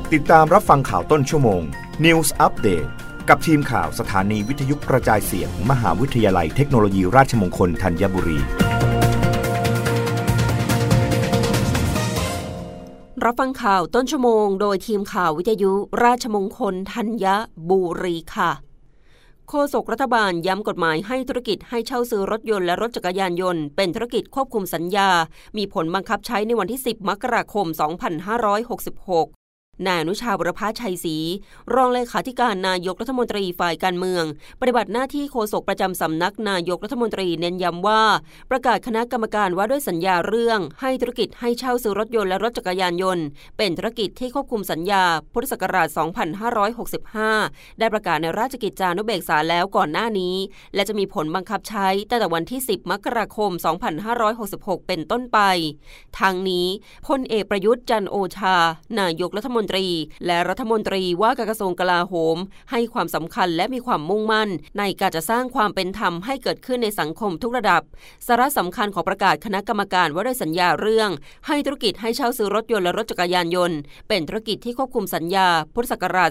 ติดตามรับฟังข่าวต้นชั่วโมง News Update กับทีมข่าวสถานีวิทยุกระจายเสียง มหาวิทยาลัยเทคโนโลยีราชมงคลธัญบุรีรับฟังข่าวต้นชั่วโมงโดยทีมข่าววิทยุราชมงคลธัญบุรีค่ะโฆษกรัฐบาลย้ำกฎหมายให้ธุรกิจให้เช่าซื้อรถยนต์และรถจักรยานยนต์เป็นธุรกิจควบคุมสัญญามีผลบังคับใช้ในวันที่10 มกราคม 2566นายอนุชา บุรพชัยศรีรองเลขาธิการนายกรัฐมนตรีฝ่ายการเมืองปฏิบัติหน้าที่โฆษกประจำสำนักนายกรัฐมนตรีเน้นย้ำว่าประกาศคณะกรรมการว่าด้วยสัญญาเรื่องให้ธุรกิจให้เช่าซื้อรถยนต์และรถจักรยานยนต์เป็นธุรกิจที่ควบคุมสัญญาพุทธศักราช 2565 ได้ประกาศในราชกิจจานุเบกษาแล้วก่อนหน้านี้และจะมีผลบังคับใช้ตั้งแต่วันที่10 มกราคม 2566 เป็นต้นไปทั้งนี้พลเอกประยุทธ์จันทร์โอชานายกรัฐมนตรีและรัฐมนตรีว่าการกระทรวงกลาโหมให้ความสำคัญและมีความมุ่งมั่นในการจะสร้างความเป็นธรรมให้เกิดขึ้นในสังคมทุกระดับสาระสำคัญของประกาศคณะกรรมการว่าด้วยสัญญาเรื่องให้ธุรกิจให้เช่าซื้อรถยนต์และรถจักรยานยนต์เป็นธุรกิจที่ควบคุมสัญญาพุทธศักราช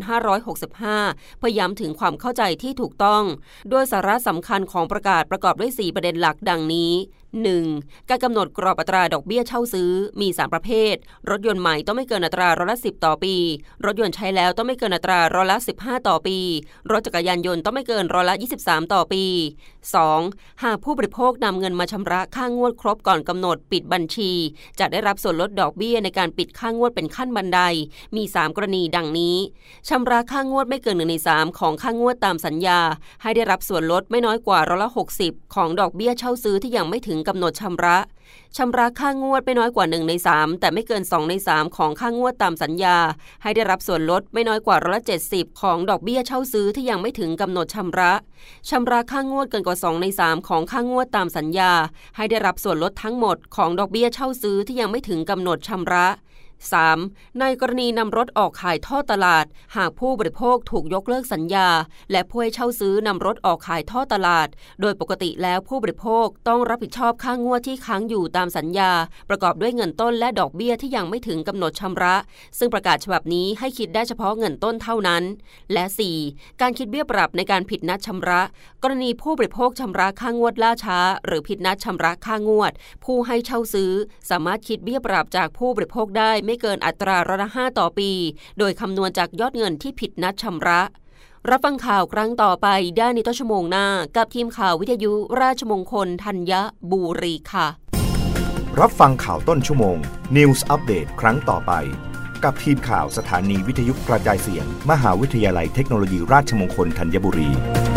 2565 เพื่อย้ำถึงความเข้าใจที่ถูกต้องโดยสาระสำคัญของประกาศประกอบด้วย4ประเด็นหลักดังนี้ 1. การกำหนดกรอบอัตราดอกเบี้ยเช่าซื้อมี3ประเภทรถยนต์ใหม่ต้องไม่เกินอัตราร้อยละ10ต่อปีรถยนต์ใช้แล้วต้องไม่เกินอัตราร้อยละ15ต่อปีรถจักรยานยนต์ต้องไม่เกินร้อยละ23ต่อปี 2. หากผู้บริโภคนำเงินมาชำระค่างวดครบก่อนกำหนดปิดบัญชีจะได้รับส่วนลดดอกเบี้ยในการปิดค่างวดเป็นขั้นบันไดมี3กรณีดังนี้ชำระค่างวดไม่เกิน1ใน3ของค่างวดตามสัญญาให้ได้รับส่วนลดไม่น้อยกว่าร้อยละ60ของดอกเบี้ยเช่าซื้อที่ยังไม่ถึงกำหนดชำระค่างวดไม่น้อยกว่า1ใน3แต่ไม่เกิน2ใน3ของค่างวดตามสัญญาให้ได้รับส่วนลดไม่น้อยกว่าร้อยละ70ของดอกเบี้ยเช่าซื้อที่ยังไม่ถึงกำหนดชำระค่างวดเกินกว่า2ใน3ของค่างวดตามสัญญาให้ได้รับส่วนลดทั้งหมดของดอกเบี้ยเช่าซื้อที่ยังไม่ถึงกำหนดชำระ 3. ในกรณีนำรถออกขายทอดตลาดหากผู้บริโภคถูกยกเลิกสัญญาและผู้ให้เช่าซื้อนำรถออกขายทอดตลาดโดยปกติแล้วผู้บริโภคต้องรับผิดชอบค่างวดที่ค้างอยู่ตามสัญญาประกอบด้วยเงินต้นและดอกเบี้ยที่ยังไม่ถึงกำหนดชำระซึ่งประกาศฉบับนี้ให้คิดได้เฉพาะเงินต้นเท่านั้นและ 4. การคิดเบี้ยปรับในการผิดนัดชำระกรณีผู้บริโภคชำระค่างวดล่าช้าหรือผิดนัดชำระค่างวดผู้ให้เช่าซื้อสามารถคิดเบี้ยปรับจากผู้บริโภคได้ไม่เกินอัตราร้อยละ5ต่อปีโดยคำนวณจากยอดเงินที่ผิดนัดชำระรับฟังข่าวครั้งต่อไปได้ในต้นชั่วโมงหน้ากับทีมข่าววิทยุราชมงคลธัญบุรีค่ะรับฟังข่าวต้นชั่วโมง News Update ครั้งต่อไปกับทีมข่าวสถานีวิทยุกระจายเสียง มหาวิทยาลัยเทคโนโลยีราชมงคลธัญบุรี